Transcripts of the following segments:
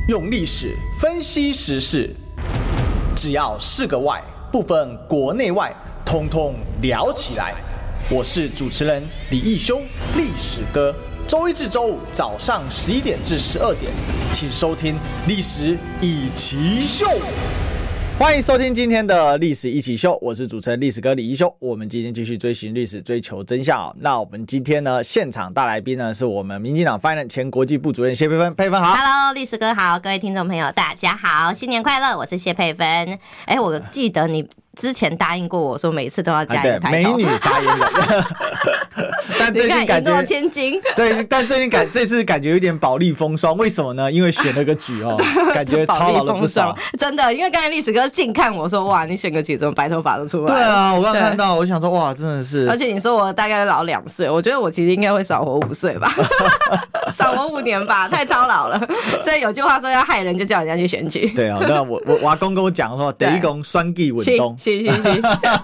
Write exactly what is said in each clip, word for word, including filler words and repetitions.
用历史分析时事，只要是个“外”，不分国内外，通通聊起来。我是主持人李义修，历史哥。周一至周五早上十一点至十二点，请收听《历史一起秀》。欢迎收听今天的历史一起秀，我是主持人历史哥李一修。我们今天继续追寻历史，追求真相、哦、那我们今天呢，现场大来宾呢是我们民进党 Finance 前国际部主任谢佩芬，佩芬好。 Hello， 历史哥好，各位听众朋友大家好，新年快乐！我是谢佩芬。哎，我记得你之前答应过我说每次都要加一个抬头、啊、 美女发言人。但最近感觉一千金， 对，但最近感这次感觉有点保利风霜，为什么呢？因为选了个举哦，感觉操劳了不少。 真的，因为刚才历史哥近看我说，哇，你选个举怎么白头发都出来了？ 对啊，我刚看到，我想说，哇，真的是。 而且你说我大概老两岁，我觉得我其实应该会少活五岁吧，少活五年吧，太操劳了。所以有句话说要害人，就叫人家去选举。 对啊，那我我我阿公跟我讲说，第一公双计稳东。 是是是。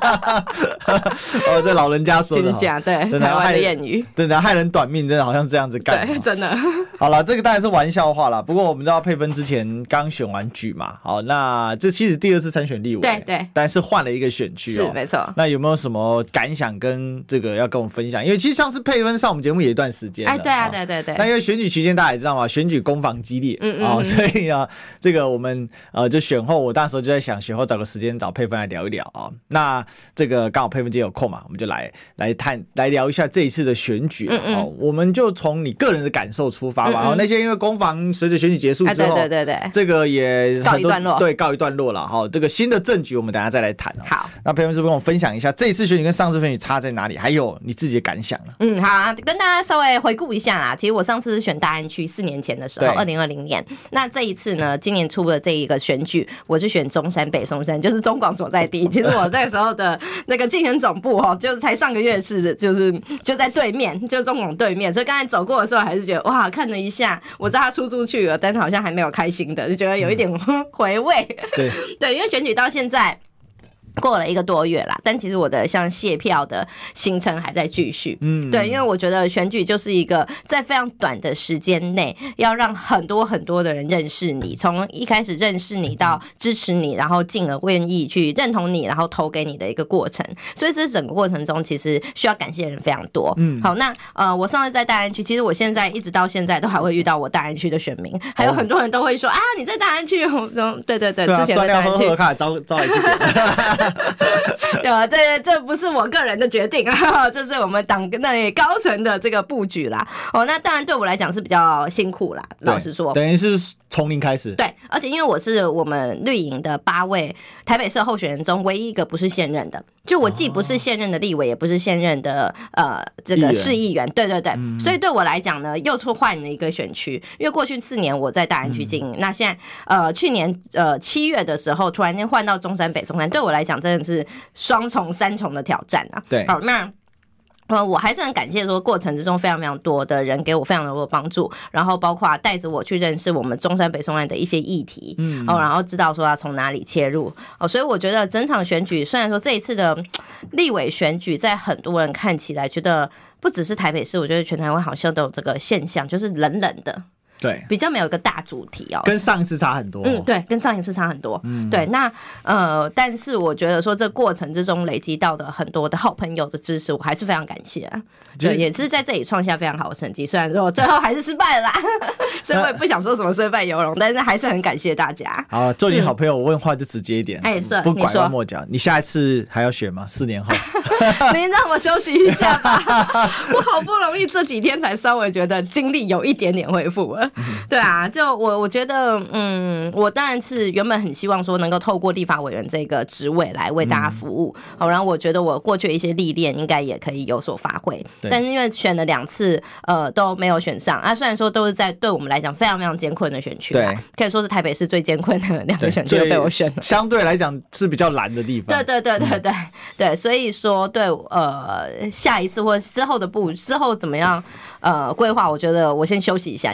哦，这老人家说的， 讲对，台湾的谚语， 真的害人短命，真的好像这样子干。 对，真的。 好了，这个当然是玩笑话啦。不过我们知道佩芬之前刚选完举嘛，好，那这其实第二次参选立委， 对对， 但是换了一个选区、哦， 是没错。 那有没有什么感想跟这个要跟我们分享？因为其实上次佩芬上我们节目也一段时间了， 哎，对啊，对对对。 那因为选举期间大家也知道嘛，选举攻防激烈，嗯嗯, 嗯、哦，所以啊，这个我们呃就选后，我那时候就在想，选后找个时间找佩芬来聊一聊啊、哦。那这个刚好佩芬姐有空嘛，我们就来来探来聊一下这一次的选举、啊嗯嗯哦，我们就从你个人的感受出发吧。嗯嗯然后那些因为攻防随着选举结束之后， 啊、对对对对， 这个也告一段落， 对，告一段落了哈、哦。这个新的政局我们等一下再来谈、哦。 好， 那佩芬是不是跟我分享一下这一次选举跟上次选举差在哪里？还有你自己的感想呢？ 嗯，好、啊，跟大家稍微回顾一下啦。其实我上次是选大安区四年前的时候，二零二零年。那这一次呢，今年出的这一个选举，我是选中山北松山，就是中广所在地。其实我那时候的那个竞选总部哦，就是才上个月是，就是就在对面，就是中广对面。所以刚才走过的时候，还是觉得哇，看了一下，我知道他出出去了，但好像还没有开心的，就觉得有一点回味。 对对，因为选举到现在过了一个多月啦，但其实我的像谢票的行程还在继续。嗯，对，因为我觉得选举就是一个在非常短的时间内，要让很多很多的人认识你，从一开始认识你到支持你，然后进而愿意去认同你，然后投给你的一个过程。所以这整个过程中，其实需要感谢的人非常多。嗯，好，那呃，我上次在大安区，其实我现在一直到现在都还会遇到我大安区的选民，还有很多人都会说、哦、啊，你在大安区，对对对， 对啊、 之前在大安区， 看招招来这边。 对吧？这这不是我个人的决定啊，这是我们党那里高层的这个布局啦。哦，那当然对我来讲是比较辛苦啦，老实说， 等于是从零开始。 对，而且因为我是我们绿营的八位台北市候选人中唯一一个不是现任的，就我既不是现任的立委，也不是现任的呃这个市议员，对对对、嗯，所以对我来讲呢，又出换了一个选区。因为过去四年我在大安区经营、嗯，那现在呃去年呃七月的时候，突然间换到中山北松山，对我来讲真的是双重、三重的挑战啊！ 对， 好，那呃，我还是很感谢说过程之中非常非常多的人给我非常多的帮助，然后包括带着我去认识我们中山北松山的一些议题，嗯，哦，然后知道说要从哪里切入，哦，所以我觉得整场选举虽然说这一次的立委选举，在很多人看起来觉得不只是台北市，我觉得全台湾好像都有这个现象，就是冷冷的。 对， 比较没有一个大主题哦， 跟上一次差很多、哦。 嗯，对，跟上一次差很多。嗯，对，那呃，但是我觉得说这过程之中累积到的很多的好朋友的支持，我还是非常感谢啊。对，也是在这里创下非常好的成绩，虽然说我最后还是失败了啦，所以我也不想说什么虽败犹荣，但是还是很感谢大家。 好，做你好朋友，我问话就直接一点，哎、嗯，是不拐弯抹角。你下一次还要选吗？四年后？ 您让我休息一下吧，我好不容易这几天才稍微觉得精力有一点点恢复了。对啊，就我我觉得，嗯，我当然是原本很希望说能够透过立法委员这个职位来为大家服务，好、嗯，然后我觉得我过去的一些历练应该也可以有所发挥，但是因为选了两次，呃，都没有选上啊。虽然说都是在对我们来讲非常非常艰困的选区，对，可以说是台北市最艰困的两个选区被我选了， 相对来讲是比较难的地方。 对对对对对、嗯、对，所以说对呃下一次或者之后的步之后怎么样呃规划，我觉得我先休息一下下，然后。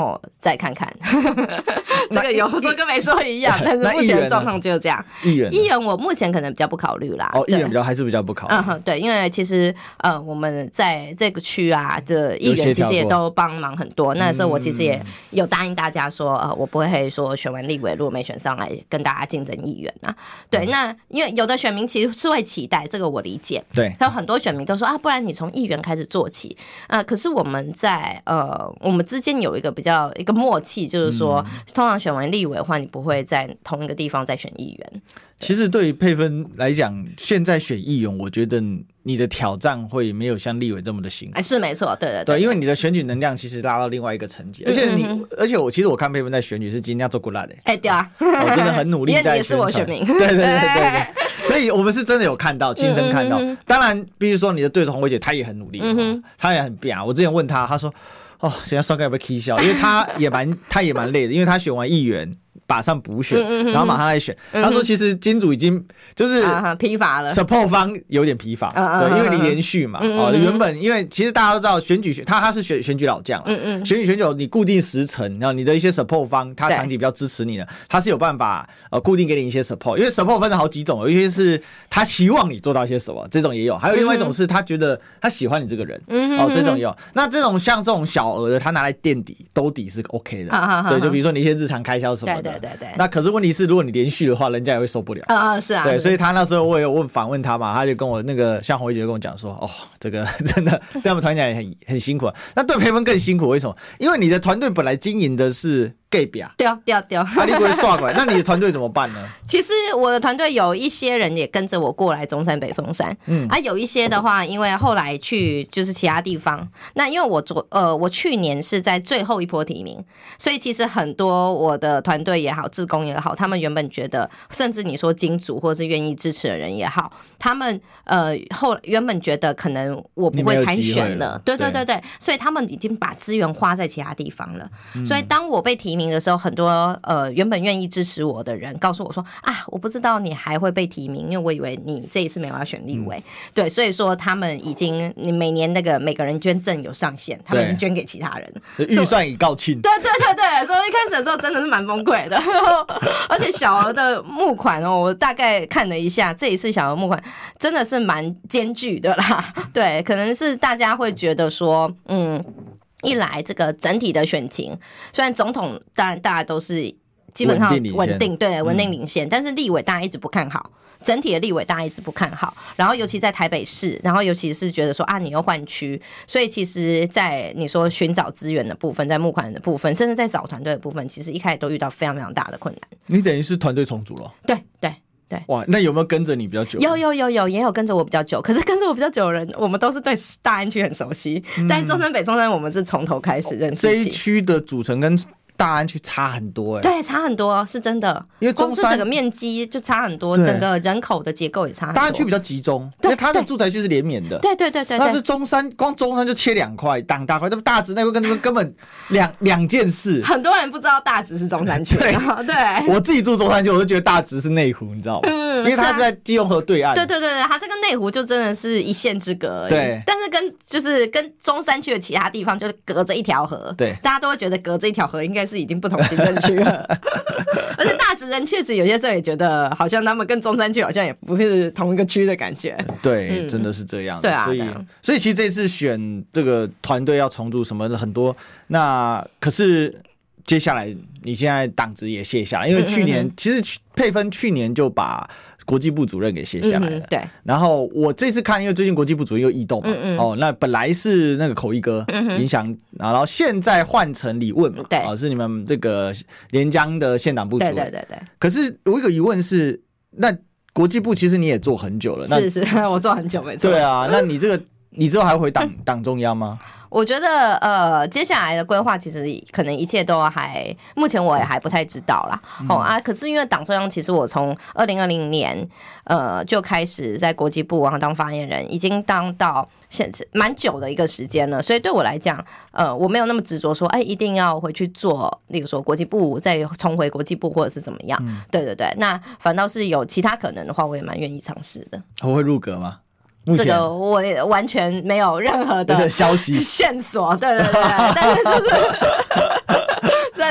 后再看看。这个有说跟没说一样，但是目前的状况就是这样。 议员， 议员我目前可能比较不考虑啦。 哦，议员比较还是比较不考虑。 嗯哼，对，因为其实呃我们在这个区啊的议员其实也都帮忙很多。那时候我其实也有答应大家说，呃，我不会说选完立委如果没选上来跟大家竞争议员啊。对，嗯、那因为有的选民其实是会期待，这个我理解。 对， 还有很多选民都说啊，不然你从议员开始做起啊、呃。可是我们在呃我们之间有一个比较一个默契，就是说，嗯、通常选完立委的话，你不会在同一个地方再选议员。 其实对于佩芬来讲，现在选议员，我觉得你的挑战会没有像立委这么的辛苦。 哎，是没错，对对对, 对，因为你的选举能量其实拉到另外一个层级，而且你，嗯嗯而且我其实我看佩芬在选举是今天要做过来的， 哎，对啊， 我真的很努力在宣传， 也是我选民， 对对对对对，所以我们是真的有看到，亲身看到。嗯嗯当然，比如说你的对手洪薇姐，她也很努力，嗯、她也很拼。我之前问她，她说：“哦，现在双哥有没有 K 笑？因为她也蛮，她也蛮累的，因为她选完议员。”马上补选，嗯嗯然后马上来选。嗯、他说：“其实金主已经就是疲乏了 ，support 方有点疲乏， 啊、 对，因为你连续嘛，嗯、哦，原本因为其实大家都知道选举他他是选选举老将，嗯嗯，选举选举你固定时程，然后你的一些 support 方他长期比较支持你的，他是有办法呃固定给你一些 support， 因为 support 分成好几种，有一些是他期望你做到一些什么，这种也有，还有另外一种是他觉得他喜欢你这个人，嗯哦，这种也有。那这种像这种小额的，他拿来垫底兜底是 OK 的，啊、对，就比如说你一些日常开销什么的， 对对对对。 那可是问题是，如果你连续的话，人家也会受不了。 啊、嗯，是啊。 对，所以他那时候我也有问访问他嘛，他就跟我那个像洪薇姐跟我讲说，哦，这个真的对他们团队也很很辛苦、啊。那对佩芬更辛苦，为什么？因为你的团队本来经营的是 gay 比啊， 对啊对啊对啊， 他你不会刷过来，那你的团队怎么办呢？ 其实我的团队有一些人也跟着我过来中山北松山，嗯啊，有一些的话，因为后来去就是其他地方，那因为我昨呃我去年是在最后一波提名，所以其实很多我的团队也好，志工也好，他们原本觉得，甚至你说金主或是愿意支持的人也好，他们呃后原本觉得可能我不会参选了，对对对对，所以他们已经把资源花在其他地方了。嗯、所以当我被提名的时候，很多呃原本愿意支持我的人告诉我说啊，我不知道你还会被提名，因为我以为你这一次没有要选立委，嗯、对，所以说他们已经你每年那个每个人捐赠有上限，他们已经捐给其他人， 预算已告罄。 对对对对，所以一开始的时候真的是蛮崩溃的，而且小额的募款哦，我大概看了一下，这一次小额募款真的是蛮艰巨的啦。对，可能是大家会觉得说，嗯，一来这个整体的选情，虽然总统当然大家都是基本上稳定，对，稳定领先，嗯、但是立委大家一直不看好。整体的立委大家一直不看好，然后尤其在台北市，然后尤其是觉得说啊，你又换区，所以其实在你说寻找资源的部分，在募款的部分，甚至在找团队的部分，其实一开始都遇到非常非常大的困难。 你等于是团队重组了？ 对对对。 哇，那有没有跟着你比较久？ 有有有有，也有跟着我比较久。可是跟着我比较久的人，我们都是对大安区很熟悉，嗯、但是中山北中山我们是从头开始认识。 这一区的组成跟大安区差很多。哎、 欸，对，差很多，是真的。 因为中山整个面积就差很多，整个人口的结构也差很多。 大安区比较集中，因为它的住宅区是连绵的。 对对对对， 但是中山光中山就切两块，挡大块，那么大直那块跟根本两两件事。 很多人不知道大直是中山区。对对， 我自己住中山区，我就觉得大直是内湖，你知道吗？嗯，因为它是在基隆河对岸。 对对对对，它这个内湖就真的是一线之隔而已。 对， 但是跟就是跟中山区的其他地方就是隔着一条河。 对， 大家都会觉得隔着一条河应该是已经不同行政区了。而且大直人确实有些时候也觉得，好像他们跟中山区好像也不是同一个区的感觉。 对，嗯、真的是这样的。 对啊， 所以所以其实这次选这个团队要重组什么的很多，那可是接下来你现在党职也卸下来，因为去年、嗯、其实佩芬去年就把国际部主任给卸下来了、嗯，对。然后我这次看，因为最近国际部主任又异动嘛，嗯嗯哦，那本来是那个口译哥影响、嗯，然后现在换成李问嘛，对，哦，是你们这个连江的县党部主任， 对对对对。 可是我有一个疑问是，那国际部其实你也做很久了， 是是，我做很久没错。 对啊，那你这个你之后还回党党中央吗？ 我觉得呃，接下来的规划其实可能一切都还，目前我也还不太知道啦。嗯、哦啊，可是因为党中央，其实我从二零二零年呃就开始在国际部然后当发言人，已经当到现在蛮久的一个时间了，所以对我来讲，呃，我没有那么执着说，哎，一定要回去做，例如说国际部再重回国际部或者是怎么样。嗯、对对对，那反倒是有其他可能的话，我也蛮愿意尝试的。 我会入阁吗？ 这个我完全没有任何的消息线索，对对对，但是就是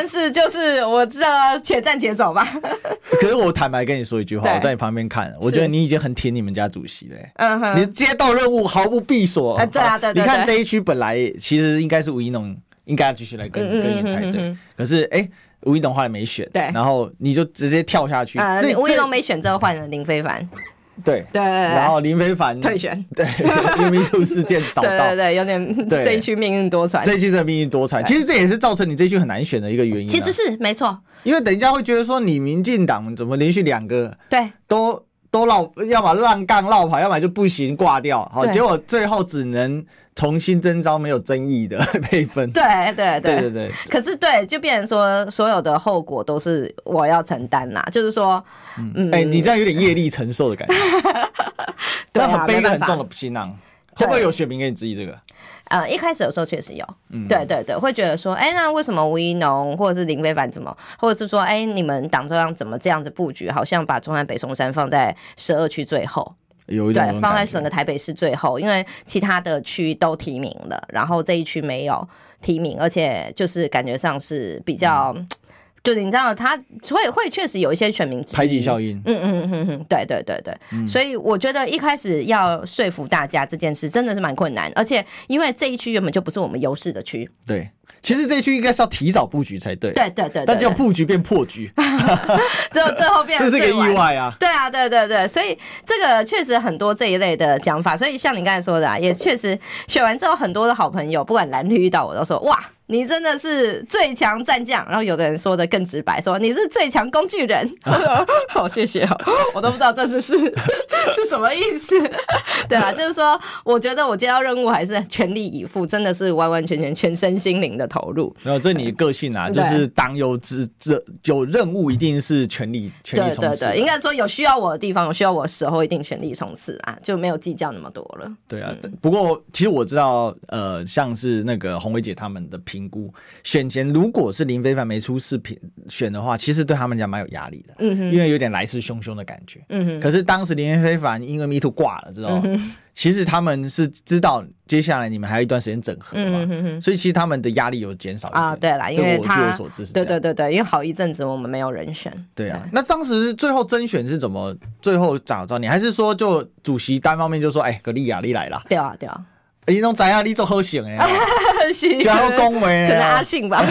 算是就是我知道且战且走吧。 可是我坦白跟你说一句话，我在你旁边看，我觉得你已经很挺你们家主席了、欸。嗯哼，你的街道任务毫不避所。 啊，对啊，对对对。 你看这一区本来其实应该是吴怡农应该要继续来跟跟演才对，可是哎。欸吴怡农后来没选，对，然后你就直接跳下去。 呃，吴怡农没选之后换了林非凡， 对对，然后林非凡退选， 对，因为 Me Too 事件扫到， 对对对，有点这一区命运多舛， 这一区的命运多舛。其实这也是造成你这一区很难选的一个原因、啊。 其实是没错， 因为等一下会觉得说你民进党怎么连续两个对都都绕，要么让杠绕跑，要么就不行挂掉，好，结果最后只能。重新征召没有争议的配分， 对对对对对对。 可是对，就变成说所有的后果都是我要承担啦，就是说， 嗯，哎、欸，你这样有点业力承受的感觉，对、啊，背一个很重的行囊，会不会有选民给你质疑这个？ 呃，一开始的时候确实有，嗯、对对对，会觉得说，哎、欸，那为什么吴怡农或者是林非凡怎么，或者是说，哎、欸，你们党中央怎么这样子布局，好像把中山北松山放在十二区最后。 有一种对，放在整个台北市最后，因为其他的区都提名了，然后这一区没有提名，而且就是感觉上是比较，嗯、就是你知道，他会会确实有一些选民排挤效应， 嗯嗯嗯嗯，对对对对，嗯、所以我觉得一开始要说服大家这件事真的是蛮困难，而且因为这一区原本就不是我们优势的区， 对。其实这一区应该是要提早布局才对， 对对 对, 对， 但就布局变破局， 最后最后变成这是个意外啊！ 对啊，对对对，所以这个确实很多这一类的讲法，所以像你刚才说的啊，也确实选完之后，很多的好朋友，不管蓝绿遇到我都说哇。你真的是最强战将，然后有的人说的更直白，说你是最强工具人。好，谢谢哦，我都不知道这是是是什么意思。对啊，就是说，我觉得我接到任务还是全力以赴，真的是完完全全全身心灵的投入。 没有，这你的个性啊，就是当有职这有任务，一定是全力全力冲刺。 对对对，应该说有需要我的地方，有需要我的时候，一定全力冲刺啊，就没有计较那么多了。 对啊，嗯、不过其实我知道，呃，像是那个洪薇姐他们的评估，选前如果是林非凡没出事评选的话，其实对他们讲蛮有压力的，嗯哼，因为有点来势汹汹的感觉，嗯哼。可是当时林非凡因为 Me Too 挂了，知道吗？嗯、其实他们是知道接下来你们还有一段时间整合嘛，嗯哼哼，所以其实他们的压力有减少一点啊。 对啦，因为他据我所知是这样， 对对对对，因为好一阵子我们没有人选。 对啊，那当时最后甄选是怎么最后找到你？还是说就主席单方面就说，哎、欸，格利亚你来啦？ 对啊对啊。 你都知道你做好型的，然后恭维， 可能阿信吧。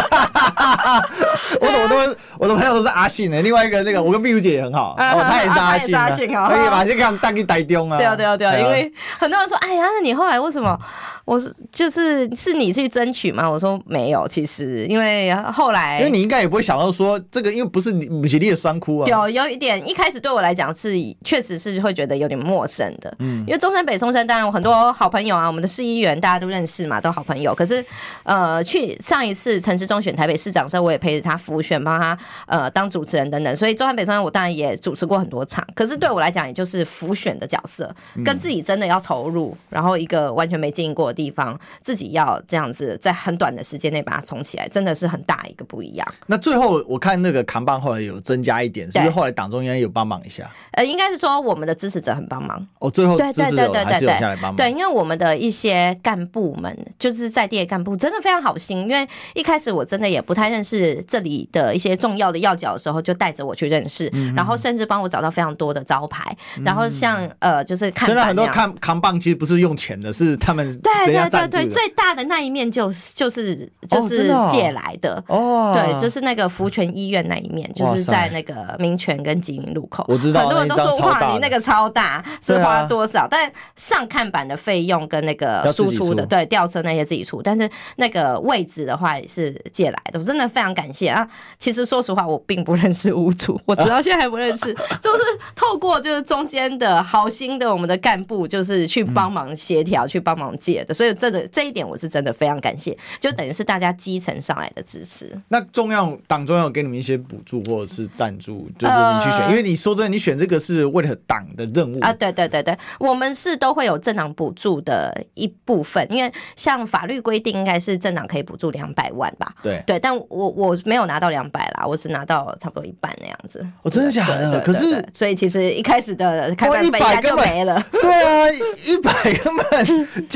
我怎么都我的朋友都是阿信的，另外一个那个我跟碧如姐也很好，哦，她也是阿信，阿信哦，可以把这个带去台中啊。 对啊对啊对啊，因为很多人说，哎呀，那你后来为什么？我就是是你去争取吗？我说没有，其实因为后来， 因为你应该也不会想到说这个，因为不是你不是你的酸哭啊。 有有一点，一开始对我来讲是确实是会觉得有点陌生的，嗯，因为中山北松山当然有很多好朋友啊，我们的市议员大家都认识嘛，都好朋友。可是呃，去上一次陈时中选台北市长的时候，我也陪着他辅选，帮他呃当主持人等等，所以中山北松山我当然也主持过很多场。可是对我来讲，也就是辅选的角色，跟自己真的要投入，然后一个完全没经营过的地方，自己要这样子在很短的时间内把它冲起来，真的是很大一个不一样。 那最后我看那个扛棒后来有增加一点，是不是后来党中央有帮忙一下？ 呃，应该是说我们的支持者很帮忙。 哦，最后支持者还是有下来帮忙。 对，因为我们的一些干部们，就是在地的干部，真的非常好心。因为一开始我真的也不太认识这里的一些重要的要角的时候，就带着我去认识，嗯、然后甚至帮我找到非常多的招牌。嗯、然后像呃，就是看板， 真的很多看扛棒其实不是用钱的，是他们对对对对，最大的那一面就是就是就是借来的哦，对，就是那个福泉医院那一面，就是在那个民权跟吉林路口， 我知道很多人都说哇，你那个超大，是花多少？啊、但上看板的费用跟那个输出的对吊车那些自己出，但是那个位置的话也是借来的，我真的非常感谢啊！其实说实话，我并不认识屋主，我直到现在还不认识，就是透过就是中间的好心的我们的干部，就是去帮忙协调，嗯、去帮忙借的，所以这个这一点我是真的非常感谢，就等于是大家基层上来的支持。 那中央党中央有给你们一些补助或者是赞助，就是你去选，呃、因为你说真的，你选这个是为了党的任务啊，对对对对，我们是都会有政党补助的一部分，因为像法律规定应该是政党可以补助两百万吧？ 对对，但我我没有拿到两百啦，我只拿到差不多一半那样子。 哦，真的假的？可是所以其实一开始的开办费应该就没了。 对啊，一百根本揭不开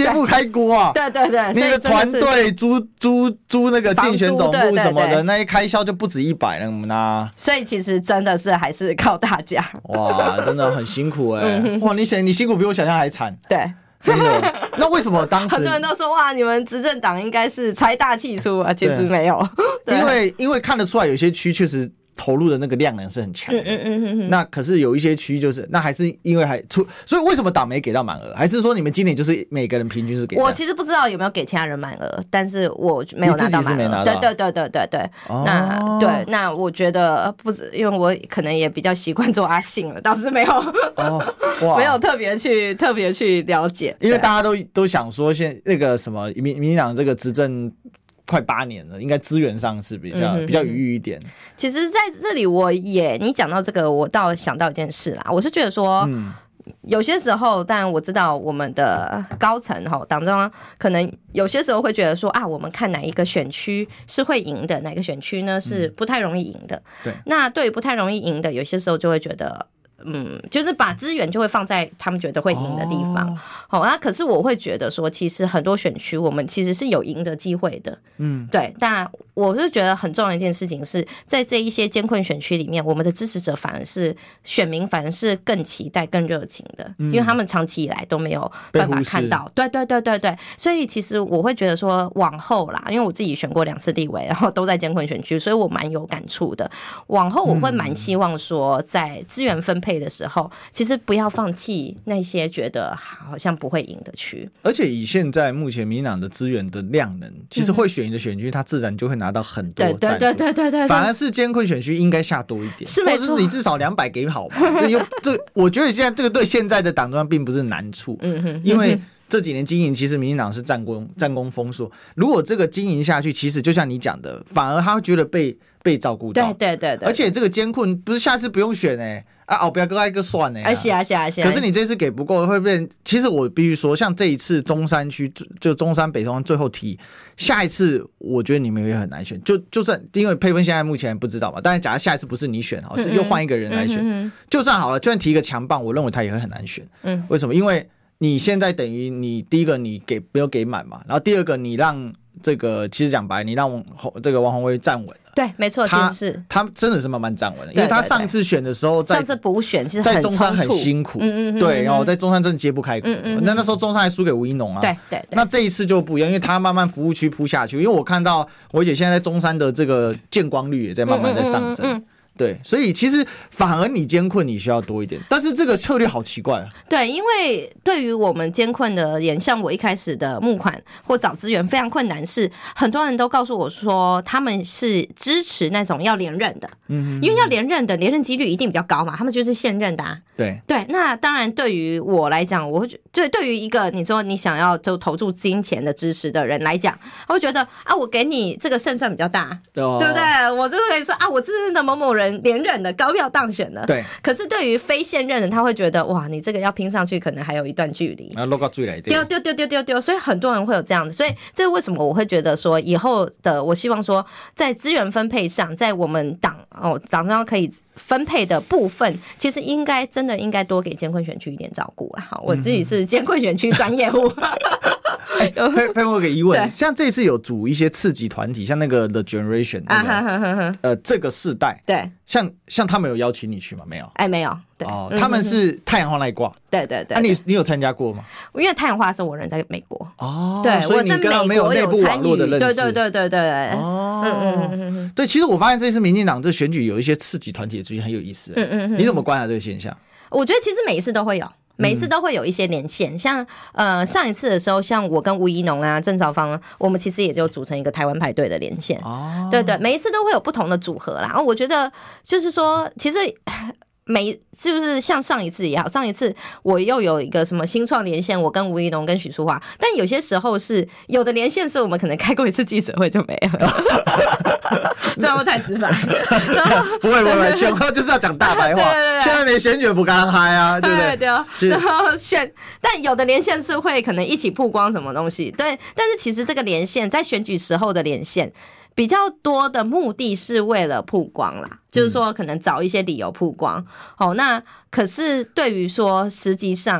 开锅啊！ 对对对， 你的团队租租租那个竞选总部什么的， 对对对， 那些开销就不止一百了呢。 所以其实真的是还是靠大家。 哇，真的很辛苦哎、欸嗯！哇，你想你辛苦比我想象还惨。 对。 真的？那为什么当时很多人都说哇，你们执政党应该是财大气粗啊？其实没有， 因为因为看得出来有些区确实投入的那个量能是很强的。嗯嗯嗯嗯。那可是有一些区就是那还是因为还出，所以为什么党没给到满额？还是说你们今年就是每个人平均是给？ 我其实不知道有没有给其他人满额，但是我没有拿到满额。对对对对对对。哦、那对那我觉得不是，因为我可能也比较习惯做阿信了，倒是没有。哦。没有特别去特别去了解， 因为大家都都想说，现那个什么民民进党这个执政快八年了，应该资源上是比较、嗯、比较余裕一点。 其实在这里我也你讲到这个，我倒想到一件事啦，我是觉得说。嗯有些时候，当然我知道我们的高层哈，党中央可能有些时候会觉得说啊，我们看哪一个选区是会赢的，哪个选区呢是不太容易赢的。嗯、对，那对于不太容易赢的，有些时候就会觉得。嗯，就是把资源就会放在他们觉得会赢的地方。好、哦，那、哦、可是我会觉得说，其实很多选区我们其实是有赢的机会的。嗯，对。但我是觉得很重要的一件事情是在这一些艰困选区里面，我们的支持者反而是选民反而是更期待、更热情的，嗯、因为他们长期以来都没有办法看到。对对对对对。所以其实我会觉得说，往后啦，因为我自己选过两次立委，然后都在艰困选区，所以我蛮有感触的。往后我会蛮希望说，在资源分配的时候，其实不要放弃那些觉得好像不会赢的区。 而且以现在目前民进党的资源的量能，其实会选赢的选区，它自然就会拿到很多赞助。对对对对对，反而是艰困选区应该下多一点， 是没错， 或者是你至少两百给好嘛。就这，我觉得现在这个对现在的党中央并不是难处，嗯哼，因为。这几年经营，其实民进党是战功战功丰硕。如果这个经营下去，其实就像你讲的，反而他会觉得被被照顾到。 对对对对。 而且这个艰困不是下次不用选哎、欸，啊，后边搁一个算哎、欸。 啊是啊是啊是啊。 可是你这次给不够，会变。其实我必须说，像这一次中山区就中山北中山最后提，下一次我觉得你们也很难选。就就算因为佩芬现在目前不知道嘛，但是假如下一次不是你选，好是又换一个人来选，嗯嗯嗯就算好了，就算提一个强棒，我认为他也会很难选。嗯。为什么？因为。你现在等于你第一个你给没有给满嘛，然后第二个你让这个其实讲白，你让这个王宏威站稳了。 对，没错，其实是他真的是慢慢站稳了，因为他上次选的时候在， 上次补选其实在中山很辛苦，嗯嗯对，然后在中山真的揭不开锅，嗯嗯那那时候中山还输给吴怡农啊， 对对。 那这一次就不一样，因为他慢慢服务区铺下去，因为我看到我姐现在在中山的这个见光率也在慢慢在上升。嗯嗯嗯嗯对，所以其实反而你艰困你需要多一点，但是这个策略好奇怪啊。 对，因为对于我们艰困的人，像我一开始的募款或找资源非常困难，是很多人都告诉我说他们是支持那种要连任的，嗯，因为要连任的连任几率一定比较高嘛，他们就是现任的啊。 对对， 那当然对于我来讲，我会对对于一个你说你想要就投注金钱的支持的人来讲，我会觉得啊，我给你这个胜算比较大，哦、对不对？我就是可以说啊，我真的某某人。连任的高票当选的， 对。 可是对于非现任的，他会觉得哇，你这个要拼上去，可能还有一段距离。 啊，落到最来丢丢丢丢丢丢，所以很多人会有这样子。所以这为什么我会觉得说，以后的我希望说，在资源分配上，在我们党哦党中央可以分配的部分，其实应该真的应该多给艰困选区一点照顾啦。我自己是艰困选区专业户。 哎，佩佩我有个疑问，像这次有组一些次级团体，像那个 The Generation，、那个啊、哈哈哈呃，这个世代， 对， 像像他们有邀请你去吗？没有， 哎，没有，对， 哦，他们是太阳花那一挂， 对对对， 那、啊、你你有参加过吗？ 因为太阳花的时候我人在美国， 哦， 对， 所以你跟他没有内部网络的认识， 对对对对对， 哦，嗯嗯嗯嗯，对，其实我发现这次民进党这选举有一些次级团体的出现很有意思，嗯嗯嗯，你怎么观察这个现象？ 我觉得其实每一次都会有。每一次都会有一些连线，像呃上一次的时候，像我跟吴怡农啊、郑兆芳，我们其实也就组成一个台湾排队的连线。哦，对对，每一次都会有不同的组合啦。然后我觉得就是说，其实。每是不是像上一次也好，上一次我又有一个什么新创连线，我跟吴怡农跟许淑华，但有些时候是有的连线是我们可能开过一次记者会就没了，这样会太直白。 不会不会，选后就是要讲大白话，对对对，现在没选举不敢嗨啊，对不对？ 对对。然后选，但有的连线是会可能一起曝光什么东西，对，但是其实这个连线在选举时候的连线。比较多的目的是为了曝光啦，就是说可能找一些理由曝光。哦，那可是对于说实际上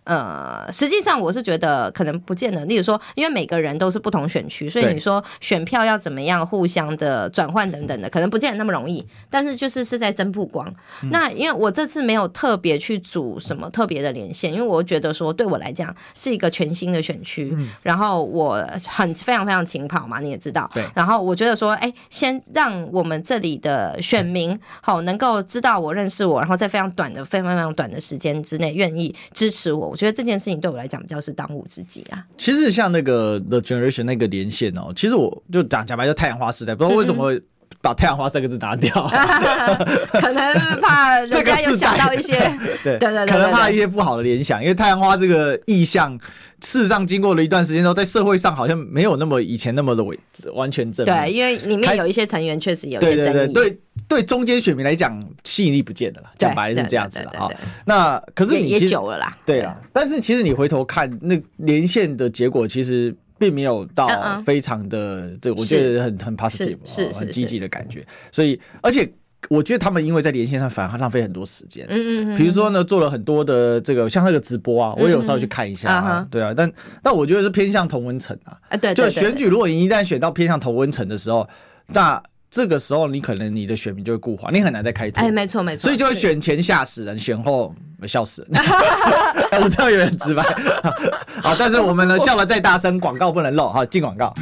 呃，实际上我是觉得可能不见得，例如说，因为每个人都是不同选区，所以你说选票要怎么样互相的转换等等的，可能不见得那么容易。但是就是是在争曝光。嗯、那因为我这次没有特别去组什么特别的连线，因为我觉得说对我来讲是一个全新的选区，嗯、然后我很非常非常勤跑嘛，你也知道。 对。 然后我觉得说，哎，先让我们这里的选民好能够知道我、认识我，然后在非常短的、非常非常短的时间之内愿意支持我。我觉得这件事情对我来讲比较是当务之急啊。 其实像那个 The Generation 那个连线哦，其实我就讲讲白就太阳花时代，不知道为什么把太阳花三个字拿掉， 可能怕人家有想到一些对对对，可能怕一些不好的联想，因为太阳花这个意象，事实上经过了一段时间之后，在社会上好像没有那么以前那么的完全正面。 对，因为里面有一些成员确实有一些争议。 对对对对，对中间选民来讲吸引力不见了啦，讲白了是这样子了啊。那可是你也久了啦， 对啦，但是其实你回头看那连线的结果，其实并没有到非常的，这、嗯嗯、我觉得很很 positive， 是是很积极的感觉。所以，而且我觉得他们因为在连线上反而浪费很多时间。嗯嗯嗯。比如说呢，做了很多的这个像那个直播啊，我有稍微去看一下啊，嗯、对啊，但但我觉得是偏向同温层啊。啊对, 对, 对, 对。就选举，如果你一旦选到偏向同温层的时候，那这个时候你可能你的选民就会固化，你很难再开拓。 哎，没错没错。 所以就会选前吓死人，选后笑死人。我知道有点直白，好，但是我们呢笑得再大声，广告不能漏，好，进广告。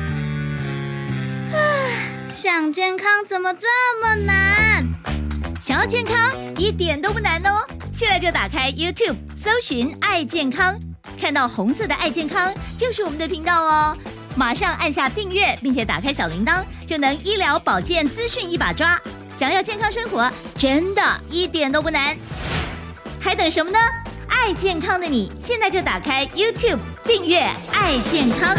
想健康怎么这么难？想要健康一点都不难哦！现在就打开 YouTube 搜寻爱健康，看到红色的爱健康就是我们的频道哦。马上按下订阅，并且打开小铃铛，就能医疗保健资讯一把抓。想要健康生活，真的一点都不难，还等什么呢？爱健康的你，现在就打开 YouTube 订阅爱健康。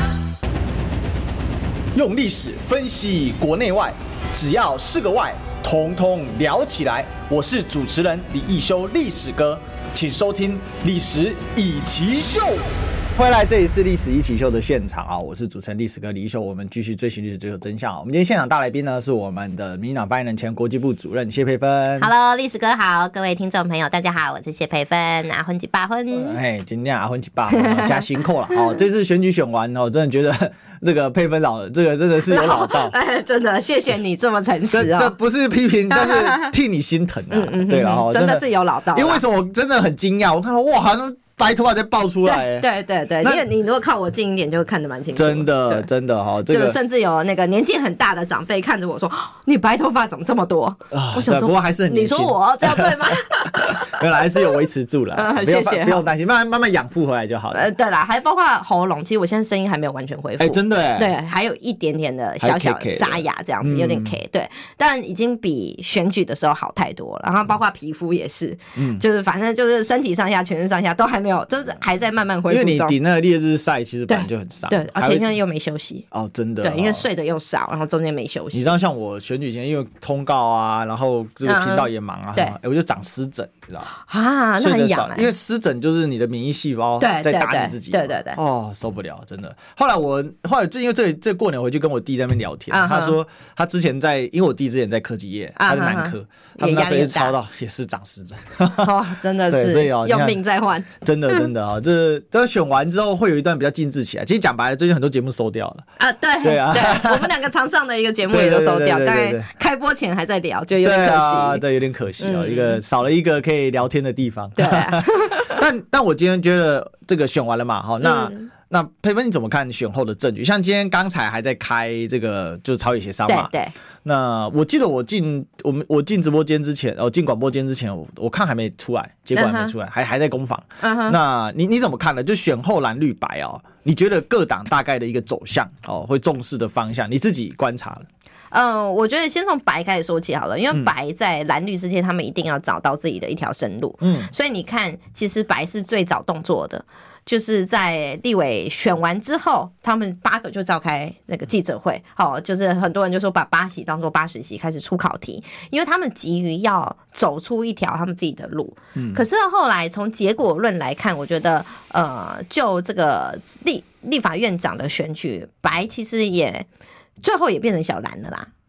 用历史分析国内外，只要是个外，统统聊起来。我是主持人李义修，历史哥，请收听《历史一起秀》。欢迎来，这里是历史一起秀的现场啊！我是主持人历史哥李一修，我们继续追寻历史，追求真相。我们今天现场大来宾呢是我们的民进党发言人、前国际部主任谢佩芬。 Hello， 历史哥好，各位听众朋友大家好，我是谢佩芬，阿婚几八婚。 哎，今天阿婚几八加辛苦了哦！这次选举选完哦，真的觉得这个佩芬老，这个真的是有老到。 哎，真的谢谢你这么诚实哦。 这不是批评，但是替你心疼啊。嗯嗯对了哦， 真的是有老到。 因为为什么我真的很惊讶？我看到哇，好像白头发在爆出来。 对对对，因为你如果靠我近一点，就会看得蛮清楚。 真的真的哈，这个甚至有那个年纪很大的长辈看着我说：“你白头发怎么这么多？”我想说， 不过还是很年轻。 你说我这样对吗？ 原来还是有维持住了， 嗯、谢谢， 不用担心，慢慢慢慢养复回来就好了。 呃，对啦，还包括喉咙，其实我现在声音还没有完全恢复。 哎、欸，真的哎， 对，还有一点点的小小沙哑这样子，有点 K， 对，但已经比选举的时候好太多了。然后包括皮肤也是，嗯，就是反正就是身体上下、全身上下都还没有，就是还在慢慢恢复中。 因为你顶那个烈日晒，其实本来就很伤， 对，而且因为又没休息。 哦，真的， 对，因为睡得又少，然后中间没休息。 你知道，像我选举前，因为通告啊，然后这个频道也忙啊，对、嗯，我就长湿疹。知道啊，那很痒、欸， 因为湿疹就是你的免疫细胞在打你自己， 对对 对, 对, 对， 哦，受不了，真的。后来我后来就因为这这过年回去跟我弟在那边聊天，啊、他说他之前在，因为我弟之前在科技业，啊、他是南科，啊、他们那时候也超到也是长湿疹， 哦，真的是，所以哦，用命在换， 真的真的啊、哦，这这选完之后会有一段比较静置起来。其实讲白了，最近很多节目收掉了啊，对对啊， 对，我们两个常上的一个节目也都收掉，大概开播前还在聊，就有点可惜，对啊，对，有点可惜哦，嗯、一个少了一个可以聊天的地方。 对、啊， 但但我今天觉得这个选完了嘛，好，那、嗯、那佩芬你怎么看选后的证据？像今天刚才还在开这个就是朝野协商嘛， 对对。 那我记得我进我们我进直播间之前，哦，进广播间之前，我, 我看还没出来，结果还没出来， uh-huh. 还还在攻防。Uh-huh. 那你你怎么看呢？就选后蓝绿白哦，你觉得各党大概的一个走向哦，会重视的方向，你自己观察了？ 嗯，我觉得先从白开始说起好了，因为白在蓝绿之间，他们一定要找到自己的一条生路。嗯，所以你看，其实白是最早动作的，就是在立委选完之后，他们八个就召开那个记者会，哦，就是很多人就说把八席当作八十席开始出考题，因为他们急于要走出一条他们自己的路。嗯，可是后来从结果论来看，我觉得呃，就这个立立法院长的选举，白其实也。最后也变成小蓝了啦，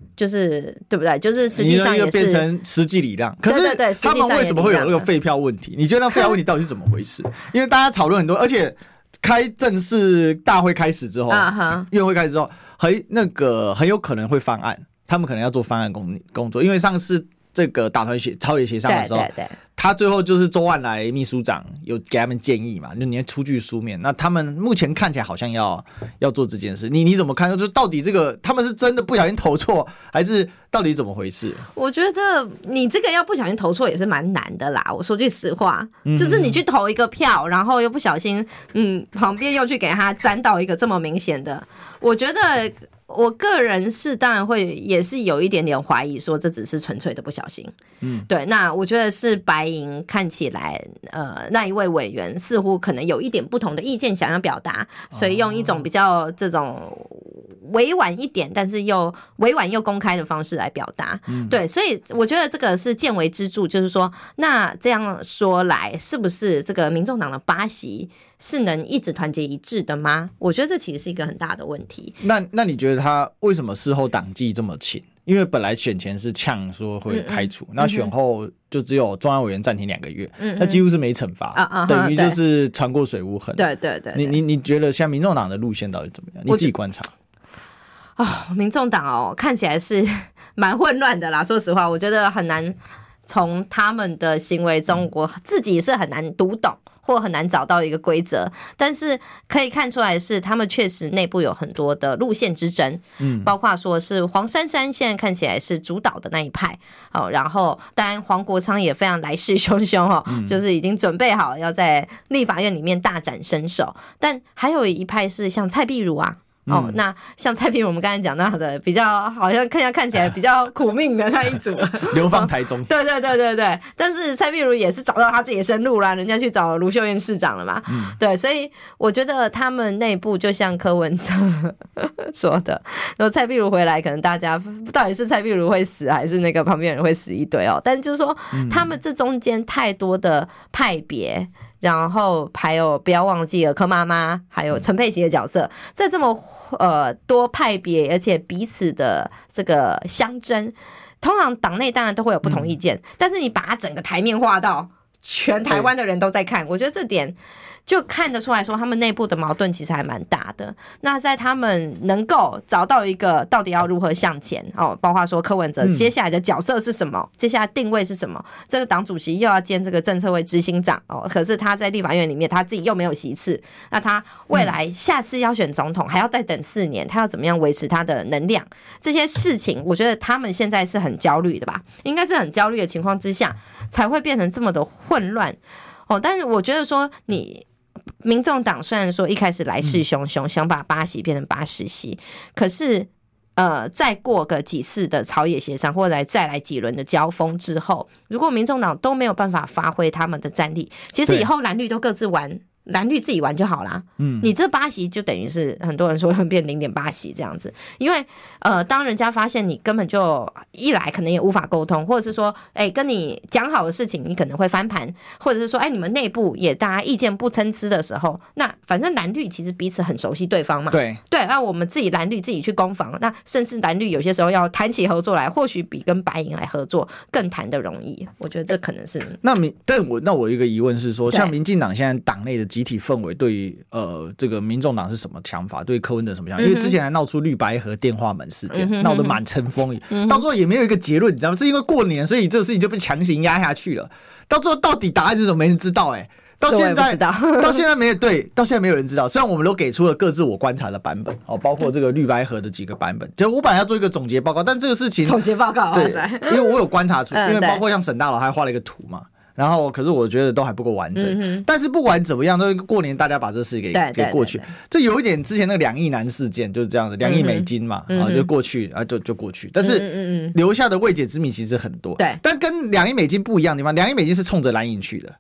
就是对不对？就是实际上也是变成实际力量。可是他们为什么会有那个废票问题？你觉得那废票问题到底是怎么回事？因为大家讨论很多，而且开正式大会开始之后，议会开始之后，很那个很有可能会翻案，他们可能要做翻案工工作，因为上次这个打团协朝野协商的时候，对对对，他最后就是周万来秘书长有给他们建议嘛，就你要出具书面。那他们目前看起来好像要要做这件事，你你怎么看？就是到底这个他们是真的不小心投错，还是到底怎么回事？ 我觉得你这个要不小心投错也是蛮难的啦。我说句实话，嗯、就是你去投一个票，然后又不小心，嗯，旁边又去给他沾到一个这么明显的，我觉得。我个人是当然会也是有一点点怀疑说这只是纯粹的不小心，嗯，对，那我觉得是白银看起来呃那一位委员似乎可能有一点不同的意见想要表达，所以用一种比较这种委婉一点但是又委婉又公开的方式来表达，嗯，对，所以我觉得这个是见微知著，就是说那这样说来是不是这个民众党的八席是能一直团结一致的吗？我觉得这其实是一个很大的问题。那那你觉得他为什么事后党纪这么轻？因为本来选前是呛说会开除，嗯嗯，那选后就只有中央委员暂停两个月，嗯嗯，那几乎是没惩罚，嗯嗯，等于就是船过水无痕。 对对 对, 对， 你你你觉得像民众党的路线到底怎么样？你自己观察。 哦，民众党哦，看起来是蛮混乱的啦。说实话，我觉得很难从他们的行为中，我自己是很难读懂。或很难找到一个规则，但是可以看出来是他们确实内部有很多的路线之争，嗯，包括说是黄珊珊现在看起来是主导的那一派，哦，然后当然黄国昌也非常来势汹汹哦，嗯，就是已经准备好要在立法院里面大展身手，但还有一派是像蔡壁如啊。哦，那像蔡壁如我们刚才讲到的，比较好像看看起来比较苦命的那一组， 流放台中。 对对对对对，但是蔡壁如也是找到他自己的生路啦，人家去找卢秀燕市长了嘛。嗯，对，所以我觉得他们内部就像柯文哲说的，然后蔡壁如回来，可能大家到底是蔡壁如会死，还是那个旁边人会死一堆哦？但就是说，他们这中间太多的派别。然后还有不要忘记了柯妈妈还有陈佩琪的角色，在这么呃多派别而且彼此的这个相争，通常党内当然都会有不同意见，嗯，但是你把它整个台面化到全台湾的人都在看，我觉得这点就看得出来说他们内部的矛盾其实还蛮大的。那在他们能够找到一个到底要如何向前哦，包括说柯文哲接下来的角色是什么，嗯，接下来定位是什么，这个党主席又要兼这个政策会执行长哦，可是他在立法院里面他自己又没有席次，那他未来下次要选总统还要再等四年，他要怎么样维持他的能量，这些事情我觉得他们现在是很焦虑的吧，应该是很焦虑的情况之下才会变成这么的混乱哦。但是我觉得说你民众党虽然说一开始来势汹汹，想把八席变成八十席，可是呃，再过个几次的朝野协商，或者来再来几轮的交锋之后，如果民众党都没有办法发挥他们的战力，其实以后蓝绿都各自玩。蓝绿自己玩就好啦，嗯，你这八席就等于是很多人说会变零点八席这样子，因为呃，当人家发现你根本就一来可能也无法沟通，或者是说，哎、欸，跟你讲好的事情你可能会翻盘，或者是说，哎、欸，你们内部也大家意见不参差的时候，那反正蓝绿其实彼此很熟悉对方嘛， 对对， 那我们自己蓝绿自己去攻防，那甚至蓝绿有些时候要谈起合作来，或许比跟白银来合作更谈得容易，我觉得这可能是。 那民，但我那我有一个疑问是说，像民进党现在党内的集体氛围对于呃这个民众党是什么想法？对柯文哲什么想法？因为之前还闹出绿白河电话门事件，嗯、闹得满城风雨、嗯，到最后也没有一个结论，你知道吗？是因为过年，所以这个事情就被强行压下去了。到最后到底答案是什么？没人知道哎、欸。到现在，到现在没有对，到现在没有人知道。虽然我们都给出了各自我观察的版本，哦，包括这个绿白河的几个版本。就我本来要做一个总结报告，但这个事情总结报告， 对，因为我有观察出，因为包括像沈大佬还画了一个图嘛。然后，可是我觉得都还不够完整。嗯、但是不管怎么样，都过年大家把这事给给过去。这有一点之前那个两亿男事件就是这样子，两亿美金嘛，嗯、啊就过去啊就就过去。但是留下的未解之谜其实很多。对，但跟两亿美金不一样的地方，两亿美金是冲着蓝营去的。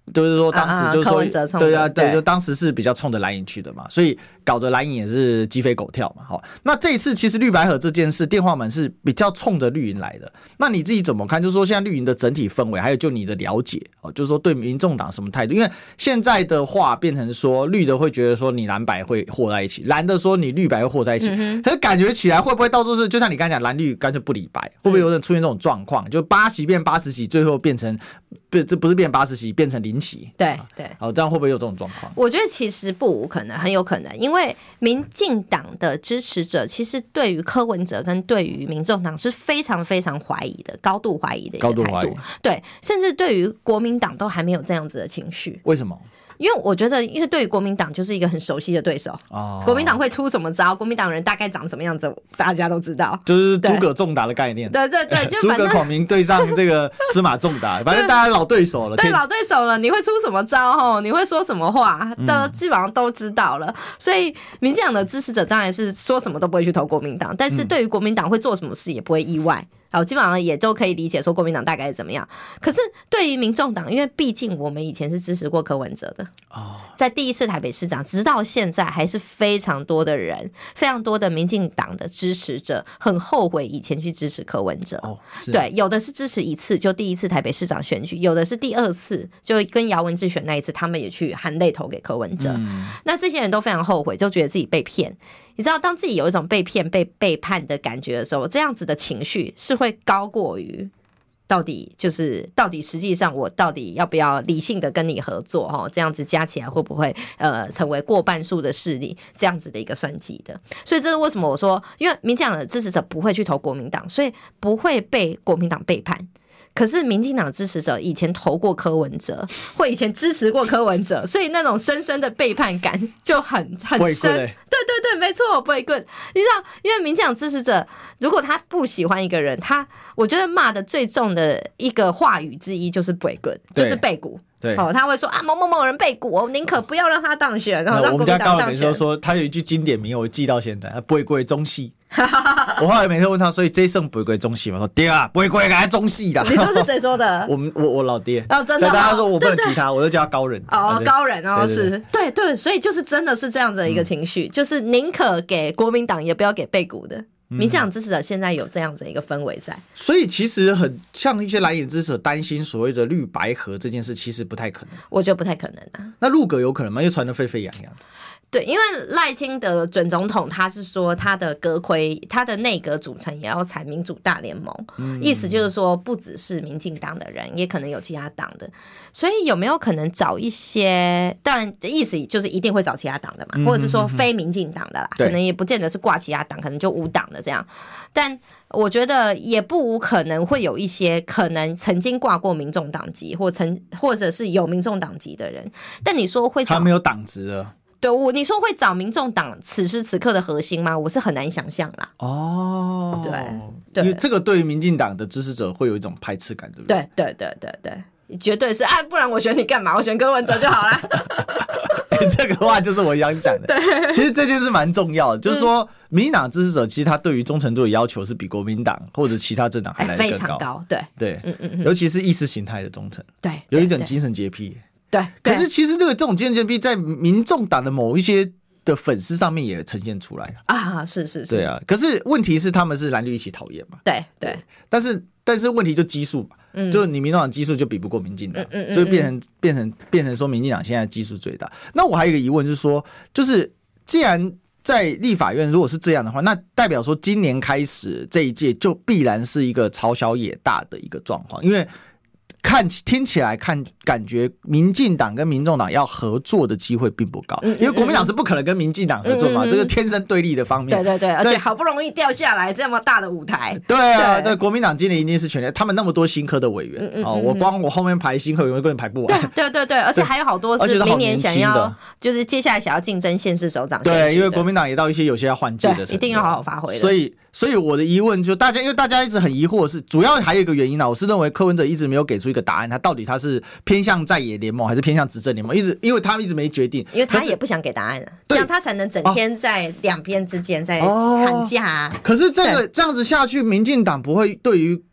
就是说当时就是说、 啊啊、 对啊对，就当时是比较冲着蓝营去的嘛，所以搞得蓝营也是鸡飞狗跳嘛。好，那这一次其实绿白合这件事，电话门是比较冲着绿营来的。那你自己怎么看？就是说现在绿营的整体氛围，还有就你的了解，就是说对民众党什么态度？因为现在的话变成说绿的会觉得说你蓝白会和在一起，蓝的说你绿白会和在一起，嗯、可是感觉起来会不会到时候是就像你刚才讲蓝绿干脆不理白，会不会有人出现这种状况？就八席变八十席，最后变成不这不是变八十席，变成零席？ 对对， 好，这样会不会有这种状况？ 我觉得其实不无可能，很有可能，因为民进党的支持者其实对于柯文哲跟对于民众党是非常非常怀疑的，高度怀疑的一个态度，高度怀疑，对，甚至对于国民党都还没有这样子的情绪。 为什么？ 因为我觉得，因为对于国民党就是一个很熟悉的对手，哦、国民党会出什么招，国民党人大概长什么样子，大家都知道， 就是诸葛仲达的概念。 对对对，就诸葛孔明对上这个司马仲达，反正大家老对手了。 对，老对手了，你会出什么招吼？你会说什么话，都基本上都知道了。所以民进党的支持者当然是说什么都不会去投国民党，但是对于国民党会做什么事也不会意外。好，基本上也都可以理解说国民党大概是怎么样。可是对于民众党，因为毕竟我们以前是支持过柯文哲的，哦，在第一次台北市长，直到现在还是非常多的人，非常多的民进党的支持者很后悔以前去支持柯文哲。哦，对，有的是支持一次，就第一次台北市长选举；有的是第二次，就跟姚文智选那一次，他们也去含泪投给柯文哲。嗯、那这些人都非常后悔，就觉得自己被骗。你知道，当自己有一种被骗、被背叛的感觉的时候，这样子的情绪是会高过于到底就是到底实际上我到底要不要理性的跟你合作齁，这样子加起来会不会呃成为过半数的势力，这样子的一个算计的。所以这是为什么我说，因为民进党的支持者不会去投国民党，所以不会被国民党背叛。可是民进党支持者以前投过柯文哲，或以前支持过柯文哲，所以那种深深的背叛感就很很深。对对对，没错，不会棍。你知道，因为民进党支持者如果他不喜欢一个人，他我觉得骂的最重的一个话语之一就是不会棍，就是背骨。对，哦，他会说啊某某某人背骨，我宁可不要让他当选，然后让国民党当选。我们家高人每次都说，他有一句经典名，我记到现在，他不会归中戏。我后来每次问他，所以这一胜不会归中戏嘛？说对啊，不会归给他中戏的。你说是谁说的？ 我们我我老爹。 哦，真的、哦。 大家说我不能提他，我就叫他高人。 哦，高人哦，是，对 对, 对，所以就是真的是这样子的一个情绪，嗯、就是宁可给国民党，也不要给背骨的。民进党支持者现在有这样子一个氛围在，所以其实很像一些蓝营支持者担心所谓的绿白合这件事，其实不太可能。 我觉得不太可能啊。 那入阁有可能吗？因为传得沸沸扬扬。 对，因为赖清德准总统他是说他的阁揆，他的内阁组成也要采民主大联盟，嗯、意思就是说不只是民进党的人，也可能有其他党的。所以有没有可能找一些？当然意思就是一定会找其他党的嘛，嗯、或者是说非民进党的啦，可能也不见得是挂其他党，可能就无党的这样。但我觉得也不无可能会有一些可能曾经挂过民众党籍，或曾或者是有民众党籍的人。但你说会找他没有党职了。 对，我你说会找民众党此时此刻的核心吗？我是很难想象啦。 哦， 对，对， 因为这个对于民进党的支持者会有一种排斥感，对不对？ 对对对对对，绝对是啊，不然我选你干嘛？我选柯文哲就好了。 欸、这个话就是我想讲的。对，其实这件事蛮重要的，就是说，民进党支持者其实他对于忠诚度的要求是比国民党或者其他政党还来得更高，欸、非常高。对对，嗯嗯嗯，尤其是意识形态的忠诚，对，有一点精神洁癖。对，可是其实这个这种精神洁癖在民众党的某一些的粉丝上面也呈现出来啊。 啊，是是是， 对啊。可是问题是他们是蓝绿一起讨厌嘛？ 对 对, 对。 但是但是问题就基数嘛，嗯、就是你民众党基数就比不过民进党，嗯嗯嗯，就变成变成变成说民进党现在基数最大。那我还有一个疑问就是说，就是既然在立法院如果是这样的话，那代表说今年开始这一届就必然是一个朝小野大的一个状况，因为。看听起来看感觉民进党跟民众党要合作的机会并不高，嗯嗯嗯，因为国民党是不可能跟民进党合作嘛，嗯嗯嗯，这个天生对立的方面。 对对对，而且好不容易掉下来这么大的舞台。 对啊，对，对国民党今年一定是全力，他们那么多新科的委员，嗯嗯嗯，哦，我光我后面排新科委员根本排不完。 对对对对，而且还有好多是明年想要，就是接下来想要竞争县市首长。 对，因为国民党也到一些有些要换届的， 一定要好好发挥。 所以。所以我的疑问就大家，因为大家一直很疑惑的是，主要还有一个原因呢，我是认为柯文哲一直没有给出一个答案，他到底他是偏向在野联盟还是偏向执政联盟，一直因为他一直没决定， 因为他也不想给答案啊，这样他才能整天在两边之间在喊价啊。 可是这个这样子下去，民进党不会对于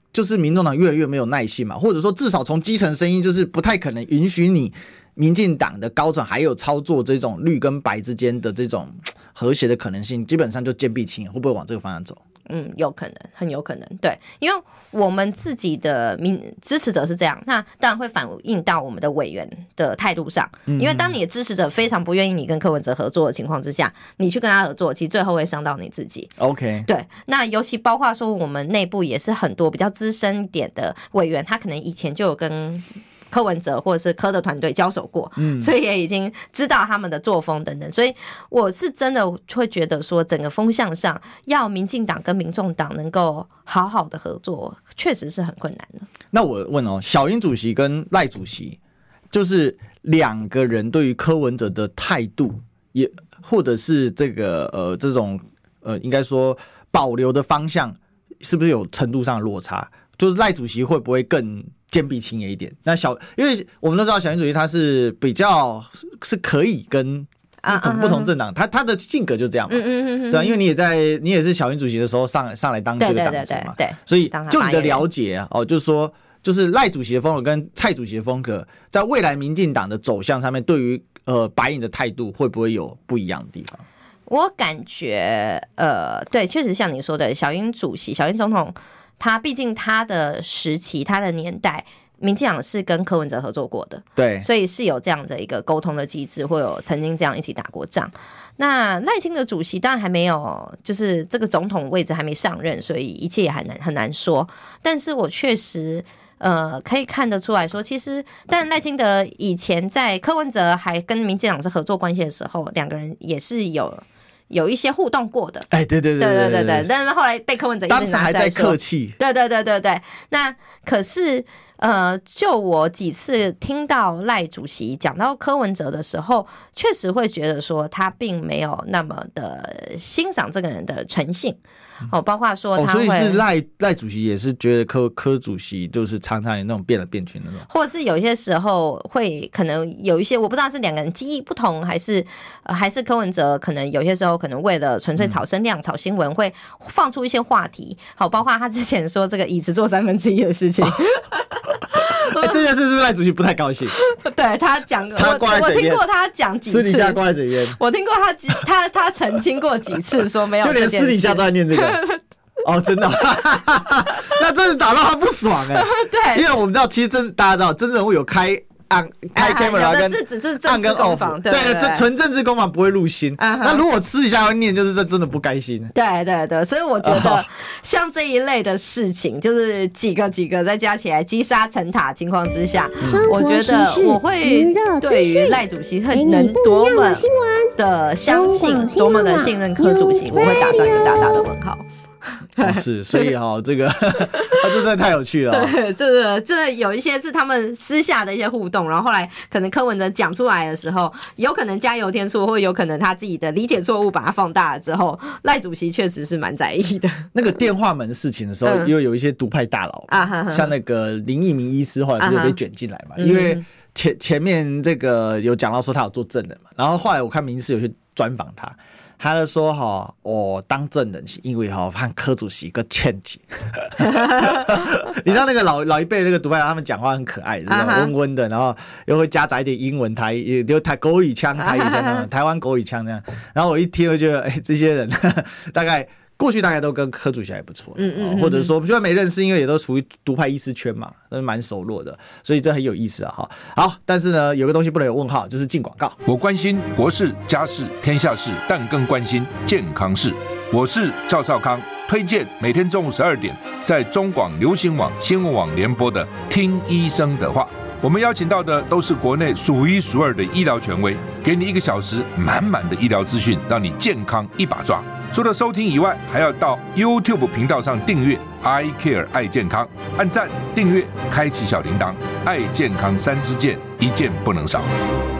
就是民众党越来越没有耐性嘛，或者说至少从基层声音就是不太可能允许你民进党的高层还有操作这种绿跟白之间的这种和谐的可能性，基本上就坚壁清野，会不会往这个方向走？ 嗯，有可能，很有可能，对，因为我们自己的民支持者是这样，那当然会反映到我们的委员的态度上，因为当你的支持者非常不愿意你跟柯文哲合作的情况之下，你去跟他合作，其实最后会伤到你自己。 OK， 对，那尤其包括说我们内部也是很多比较资深一点的委员，他可能以前就有跟柯文哲或者是柯的团队交手过，嗯，所以也已经知道他们的作风等等，所以我是真的会觉得说，整个风向上要民进党跟民众党能够好好的合作，确实是很困难的。 那我问哦，小英主席跟赖主席，就是两个人对于柯文哲的态度，也或者是这个呃这种呃应该说保留的方向，是不是有程度上的落差？就是赖主席会不会更坚壁清野一点？那小，因为我们都知道小英主席他是比较是可以跟不同不同政党，他他的性格就这样嘛，嗯嗯嗯对啊，因为你也在你也是小英主席的时候上上来当这个党主嘛，对，所以就你的了解哦，就是说，就是赖主席的风格跟蔡主席的风格，在未来民进党的走向上面，对于呃白营的态度会不会有不一样的地方？ 我感觉，呃，对，确实像你说的，小英主席、小英总统。他毕竟他的时期、他的年代，民进党是跟柯文哲合作过的， 对， 所以是有这样的一个沟通的机制，会有曾经这样一起打过仗。那赖清德主席当然还没有，就是这个总统位置还没上任，所以一切也很难很难说。但是我确实。呃，可以看得出来说，其实，但赖清德以前在柯文哲还跟民进党是合作关系的时候，两个人也是有。有一些互动过的， 哎，对对对对对对, 对, 对, 对但是后来被柯文哲一直拿出来说，当时还在客气， 对对对对对。那可是呃，就我几次听到赖主席讲到柯文哲的时候，确实会觉得说他并没有那么的欣赏这个人的诚信。哦，包括说他会， 哦、所以是赖赖主席也是觉得柯柯主席就是常常有那种变来变去那种， 或者是有一些时候会可能有一些我不知道是两个人记忆不同，还是、呃、还是柯文哲可能有些时候可能为了纯粹炒声量、嗯、炒新闻，会放出一些话题。好，包括他之前说这个椅子坐三分之一的事情。哦欸、这件事是不是赖主席不太高兴？ 对他讲， 他挂在嘴边， 我听过他讲几次， 私底下挂在嘴边。 我听过他他他澄清过几次，说没有， 就连私底下都在念这个。哦，真的、哦，那真的打到他不爽哎、欸。对，因为我们知道，其实真大家知道，真正会有开按开 camera 跟是只是政治攻防， 对对，这纯政治攻防不会入心。Uh-huh. 那如果私底下会念，就是这真的不开心。 对对对，所以我觉得像这一类的事情，就是几个几个再加起来积沙成塔情况之下，嗯、我觉得我会对于赖主席很能多么的相信，多么的信任柯主席，我会打上一个大大的问号。 哦、是，所以哈、哦，这个他真的太有趣了、哦。 对，这个这有一些是他们私下的一些互动，然后后来可能柯文哲讲出来的时候，有可能加油添醋，或有可能他自己的理解错误把它放大了之后，赖主席确实是蛮在意的。 那个电话门事情的时候，因为有一些独派大佬、嗯，像那个林义明医师后来不是有被卷进来嘛？啊、因为前前面这个有讲到说他有做证人嘛，然后后来我看民视有去专访他。他就说哈，我、哦、当证人是因为哈和柯主席个欠钱。你知道那个老老一辈那个独派他们讲话很可爱，就是温温的，然后又会夹杂一点英文台，有台国语腔、台语腔那种，台湾国语腔那样。然后我一听就觉得，哎、欸，这些人大概。过去大概都跟柯主席还不错，嗯嗯，或者说虽然没认识，因为也都处于独派医师圈嘛，都是蛮熟络的，所以这很有意思啊哈。好，但是呢，有个东西不能有问号，就是进广告。 我关心国事、家事、天下事，但更关心健康事。我是赵少康，推荐每天中午十二点在中广流行网、新闻网联播的《听医生的话》。我们邀请到的都是国内数一数二的医疗权威，给你一个小时满满的医疗资讯，让你健康一把抓。除了收听以外，还要到 YouTube 频道上订阅 I Care 爱健康，按赞、订阅、开启小铃铛，爱健康三支箭，一件不能少。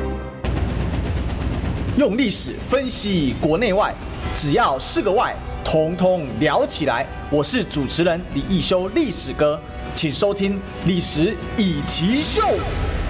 用历史分析国内外，只要是个“外”，统统聊起来。我是主持人李义修，历史哥，请收听《历史以奇秀》。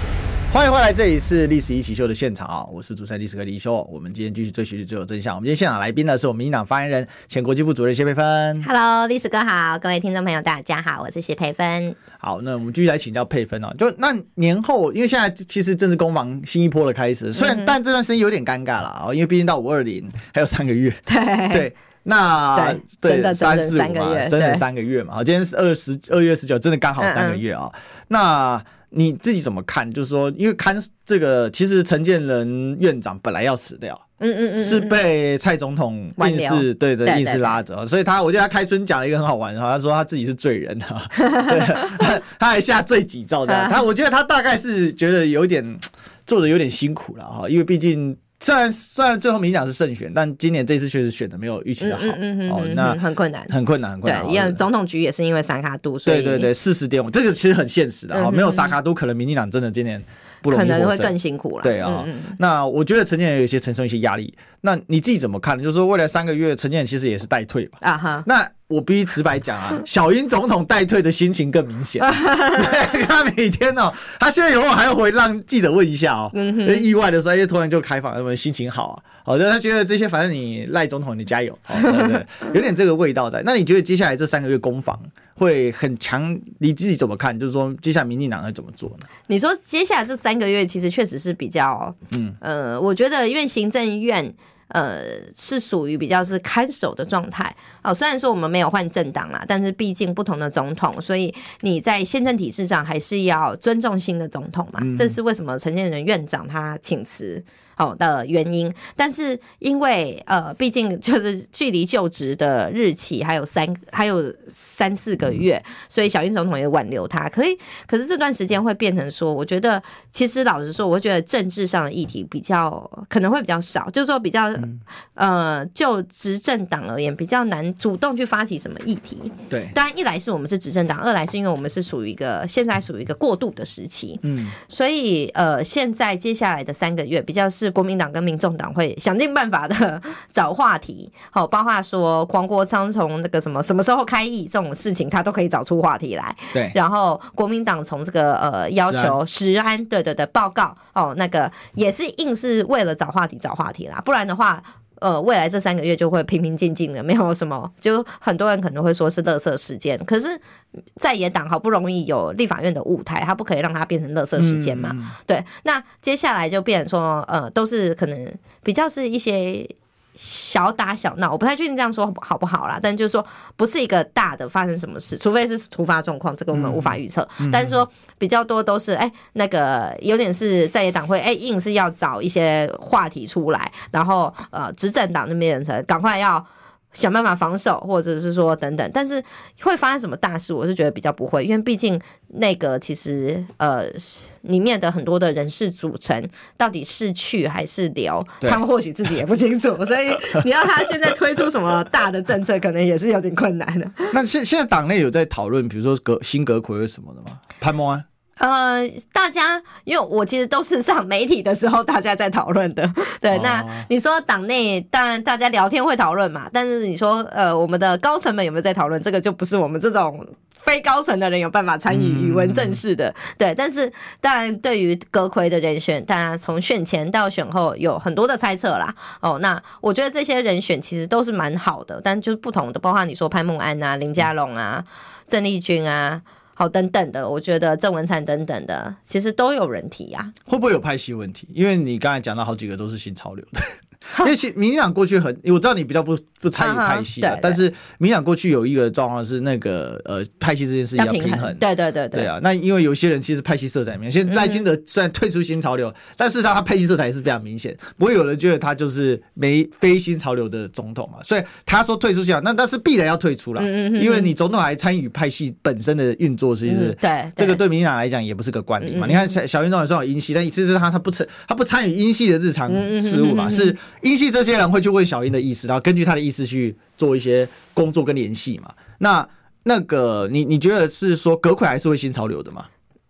欢迎回来，这里是历史一起秀的现场啊！我是主持人历史哥李一修。我们今天继续追寻最有真相。我们今天现场来宾呢是我们民进党发言人、前国际部主任谢佩芬。 Hello， 历史哥好，各位听众朋友大家好，我是谢佩芬。 好，那我们继续来请教佩芬啊。就那年后，因为现在其实政治攻防新一波的开始，虽然、嗯、但这段时间有点尴尬了啊，因为毕竟到五二零还有三个月。 对对。 那对三四五嘛，整整三个月嘛。好，今天是二十二月十九，真的刚好三个月啊、嗯嗯。那你自己怎么看？就是说，因为看这个，其实陈建仁院长本来要辞掉，嗯嗯嗯，是被蔡总统硬是对对硬是拉着，所以他我觉得他开春讲了一个很好玩的，他说他自己是罪人啊，对，他还下罪己诏的。他我觉得他大概是觉得有点做的有点辛苦了哈，因为毕竟。虽然虽然最后民进党是胜选，但今年这次确实选的没有预期的好，嗯嗯嗯哦，那很困难， 很困难，很困难。 对，因为总统局也是因为沙卡都，所以对对对，四十点五，这个其实很现实的啊、嗯，没有沙卡都，可能民进党真的今年不容易获胜， 可能会更辛苦了。 对啊、嗯嗯，那我觉得陈建仁有一些承受一些压力，那你自己怎么看？就是说未来三个月，陈建仁其实也是待退吧？啊哈，那。我必须直白讲啊，小英总统待退的心情更明显。对，他每天哦，他现在有空还要回让记者问一下哦，嗯、意外的时候，突然就开放，他们心情好啊，好的，他觉得这些反正你赖总统你加油，哦、对对，有点这个味道在。那你觉得接下来这三个月攻防会很强？你自己怎么看？就是说接下来民进党会怎么做呢？ 你说接下来这三个月其实确实是比较，嗯呃，我觉得因为行政院。呃，是属于比较是看守的状态哦。虽然说我们没有换政党啦，但是毕竟不同的总统，所以你在宪政体制上还是要尊重新的总统嘛。嗯、这是为什么陈建仁院长他请辞哦的原因。但是因为呃，毕竟就是距离就职的日期还有三还有三四个月，所以小英总统也挽留他。可以，可是这段时间会变成说，我觉得其实老实说，我觉得政治上的议题比较可能会比较少，就是说比较。嗯、呃，就执政党而言，比较难主动去发起什么议题。 对， 当然一来是我们是执政党，二来是因为我们是属于一个现在属于一个过渡的时期。嗯，所以呃，现在接下来的三个月，比较是国民党跟民众党会想尽办法的找话题，好、哦，包括说黄国昌从那个什么什么时候开议这种事情，他都可以找出话题来。 对， 然后国民党从这个呃要求食安，对对对，报告哦，那个也是硬是为了找话题找话题啦，不然的话。呃，未来这三个月就会平平静静的，没有什么，就很多人可能会说是垃圾时间。可是在野党好不容易有立法院的舞台，他不可以让它变成垃圾时间嘛、嗯？对，那接下来就变成说，呃，都是可能比较是一些。小打小闹，我不太确定这样说好不好啦，但就是说不是一个大的发生什么事，除非是突发状况，这个我们无法预测、嗯。但是说比较多都是哎、欸，那个有点是在野党会哎、欸、硬是要找一些话题出来，然后呃执政党那边人赶快要。想办法防守，或者是说等等，但是会发生什么大事，我是觉得比较不会，因为毕竟那个其实呃里面的很多的人事组成到底是去还是留，他们或许自己也不清楚，所以你要他现在推出什么大的政策，可能也是有点困难的。 那现现在党内有在讨论，比如说阁新阁揆或什么的吗？潘孟安。 呃，大家因为我其实都是上媒体的时候，大家在讨论的。对，哦、那你说党内当然大家聊天会讨论嘛，但是你说呃，我们的高层们有没有在讨论？这个就不是我们这种非高层的人有办法参与语文正式的。嗯、对，但是当然对于阁揆的人选，大家从选前到选后有很多的猜测啦。哦，那我觉得这些人选其实都是蛮好的，但就是不同的，包括你说潘孟安啊、林佳龙啊、郑丽君啊。好，等等的，我觉得郑文灿等等的，其实都有人提啊。 会不会有派系问题？因为你刚才讲到好几个都是新潮流的。因为民进党过去很，我知道你比较不不参与派系的，但是民进党过去有一个状况是那个呃派系这件事情要平衡， 对对对对啊。那因为有些人其实派系色彩明显，现在赖清德虽然退出新潮流，嗯、但事实上他派系色彩也是非常明显。不会有人觉得他就是没非新潮流的总统嘛，所以他说退出新潮流，那但是必然要退出了，嗯嗯，因为你总统还参与派系本身的运作，其实、嗯、 对这个对民进党来讲也不是个惯例嘛。嗯、你看小英总统虽然有英系，但其实他他不参他不参与英系的日常事务嘛，嗯、是英系这些人会去问小英的意思，然后根据他的意思去做一些工作跟联系嘛。那那个你你觉得是说阁揆还是会新潮流的吗？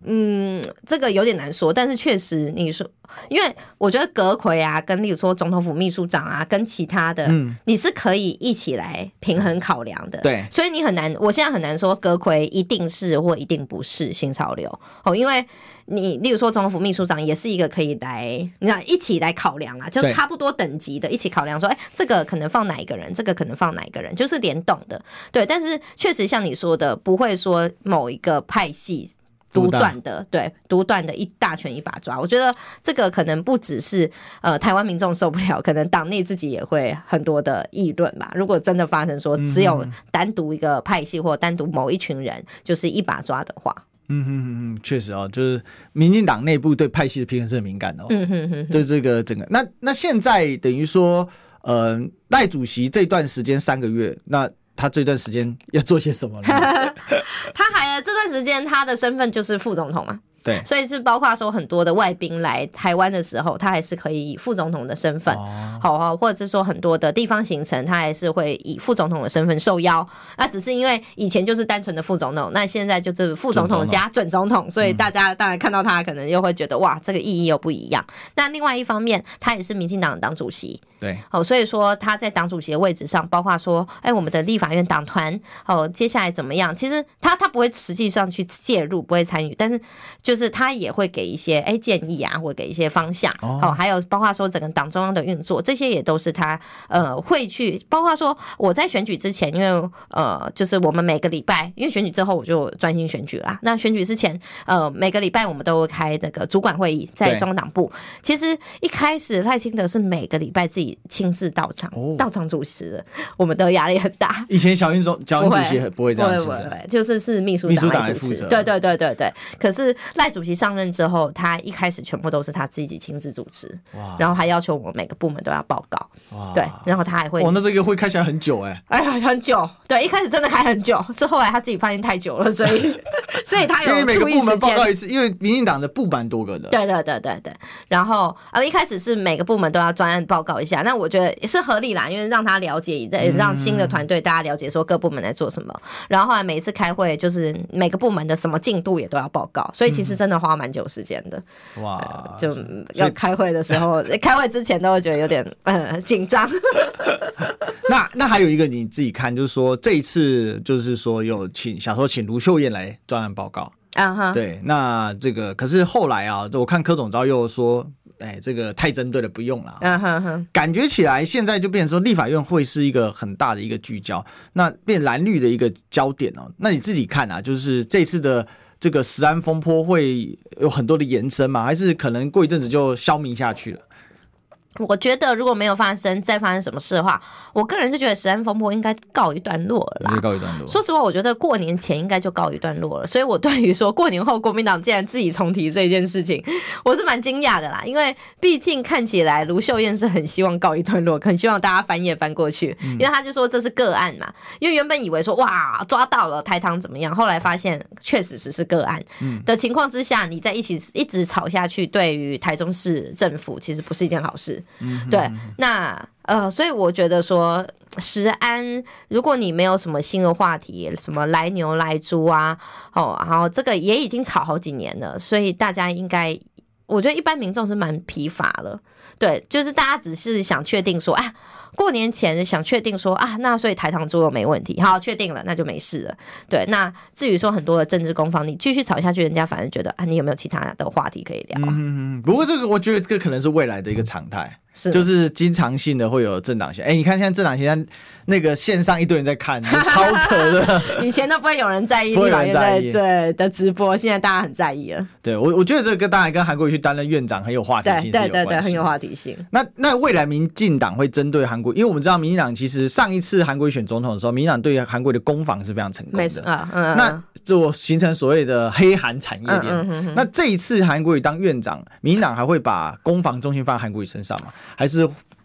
嗯，这个有点难说，但是确实你说，因为我觉得阁揆啊，跟例如说总统府秘书长啊，跟其他的，嗯，你是可以一起来平衡考量的。 对， 所以你很难，我现在很难说阁揆一定是或一定不是新潮流哦，因为你例如说总统府秘书长也是一个可以来，你知道一起来考量啊，就差不多等级的一起考量说，哎，这个可能放哪一个人，这个可能放哪一个人，就是联动的。对，但是确实像你说的，不会说某一个派系。独断的，对，独断的一大拳一把抓。我觉得这个可能不只是呃台湾民众受不了，可能党内自己也会很多的议论吧。如果真的发生说只有单独一个派系或单独某一群人就是一把抓的话， 嗯哼哼哼，确实哦，就是民进党内部对派系的平衡是很敏感的哦。嗯哼哼，对这个整个，那那现在等于说，呃，赖主席这段时间三个月，那。他这段时间要做些什么呢？ 他还这段时间他的身份就是副总统嘛， 对， 所以是包括说很多的外宾来台湾的时候，他还是可以以副总统的身份，好、哦，或者是说很多的地方行程，他还是会以副总统的身份受邀。那只是因为以前就是单纯的副总统，那现在就是副总统加准总统，所以大家当然看到他，可能又会觉得哇，这个意义又不一样。那另外一方面，他也是民进党的党主席。 对， 哦，所以说他在党主席的位置上，包括说，哎，我们的立法院党团，哦，接下来怎么样？其实他他不会实际上去介入，不会参与，但是就是他也会给一些哎建议啊，或给一些方向，哦，哦还有包括说整个党中央的运作，这些也都是他呃会去，包括说我在选举之前，因为呃就是我们每个礼拜，因为选举之后我就专心选举啦，那选举之前，呃每个礼拜我们都会开那个主管会议，在中央党部。其实一开始赖清德是每个礼拜自己亲自到场，哦、到场主持的，我们的压力很大。 以前小英总、小英主席不会这样子， 不会不会，就是是秘书长来主持。对对对对对。可是赖主席上任之后，他一开始全部都是他自己亲自主持，然后还要求我们每个部门都要报告。对，然后他还会， 哇，那这个会开起来很久哎、欸， 哎，很久。对，一开始真的开很久，是后来他自己发现太久了，所以所以他有因为每个部门报告一次，因为民进党的部蛮多个的。 对对对对对。然后呃一开始是每个部门都要专案报告一下，那我觉得也是合理啦，因为让他了解，也让新的团队大家了解说各部门在做什么。然后后来每一次开会，就是每个部门的什么进度也都要报告，所以其实真的花蛮久时间的。哇、呃，就要开会的时候，开会之前都会觉得有点呃紧张。 那那还有一个你自己看，就是说这一次就是说有请想说请卢秀燕来专案报告。啊哈，对，那这个可是后来啊，我看柯总召又说，哎，这个太针对了，不用了。啊哈哈，感觉起来现在就变成说立法院会是一个很大的一个聚焦，那变蓝绿的一个焦点哦。那你自己看啊，就是这次的这个食安风波会有很多的延伸吗？还是可能过一阵子就消弭下去了？ 我觉得如果没有发生再发生什么事的话，我个人是觉得食安风波应该告一段落了啦。 告一段落。 说实话，我觉得过年前应该就告一段落了。所以我对于说过年后国民党竟然自己重提这件事情，我是蛮惊讶的啦。因为毕竟看起来卢秀燕是很希望告一段落，很希望大家翻页翻过去，因为他就说这是个案嘛。因为原本以为说哇抓到了台糖怎么样，后来发现确实只是个案的情况之下，你在一起一直吵下去，对于台中市政府其实不是一件好事。嗯、对，那呃，所以我觉得说食安，如果你没有什么新的话题，什么来牛来猪啊，哦，然后这个也已经吵好几年了，所以大家应该，我觉得一般民众是蛮疲乏了。对，就是大家只是想确定说，啊，过年前想确定说啊，那所以台糖猪肉没问题，好，确定了，那就没事了。对，那至于说很多的政治攻防，你继续吵下去，人家反而觉得啊，你有没有其他的话题可以聊？ 嗯，不过这个我觉得这个可能是未来的一个常态。是就是经常性的会有政党线，哎、欸，你看现在政党线那个线上一堆人在看，超扯的。 以前都不会有人在意立法院的的直播，现在大家很在意了。 对，我我觉得这个跟当然跟韩国瑜去担任院长很有话题性是有关系， 对对对，很有话题性。 那那未来民进党会针对韩国，因为我们知道民进党其实上一次韩国瑜选总统的时候，民进党对韩国瑜的攻防是非常成功的，没错啊，嗯，那就形成所谓的黑韩产业链。嗯嗯嗯、那这一次韩国瑜当院长，民进党还会把攻防重心放在韩国瑜身上吗？还是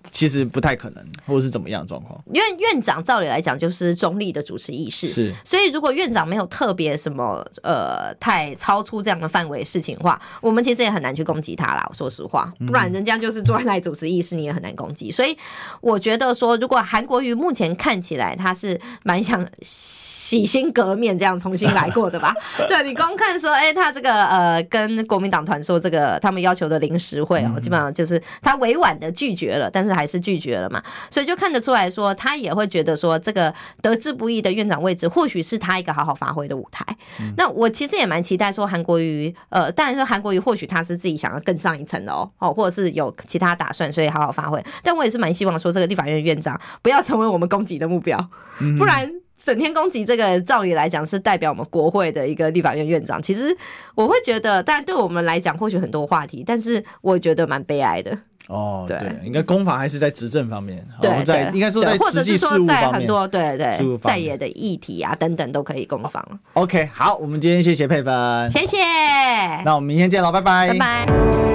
其实不太可能，或者是怎么样的状况？ 因为院长照理来讲就是中立的主持议事， 是， 所以如果院长没有特别什么呃太超出这样的范围的事情的话，我们其实也很难去攻击他啦。说实话，不然人家就是坐在那里主持议事，你也很难攻击。所以我觉得说，如果韩国瑜目前看起来他是蛮想洗心革面这样重新来过的吧？对，你光看说，哎、欸，他这个呃跟国民党团说这个他们要求的临时会哦、喔，基本上就是他委婉的拒绝了，但是还是拒绝了嘛，所以就看得出来说，他也会觉得说，这个得志不易的院长位置，或许是他一个好好发挥的舞台。嗯、那我其实也蛮期待说，韩国瑜呃，当然说韩国瑜或许他是自己想要更上一层楼哦，或者是有其他打算，所以好好发挥。但我也是蛮希望说，这个立法院院长不要成为我们攻击的目标，嗯、不然。整天攻击这个，照理来讲是代表我们国会的一个立法院院长。其实我会觉得，当然对我们来讲或许很多话题，但是我觉得蛮悲哀的。 哦，对，对应该攻防还是在执政方面， 对， 然后在应该说在实际事务方面，或者是说在很多对对在野的议题啊等等都可以攻防。 OK， 好，我们今天谢谢佩芬， 谢谢， 那我们明天见喽，拜拜， 拜拜。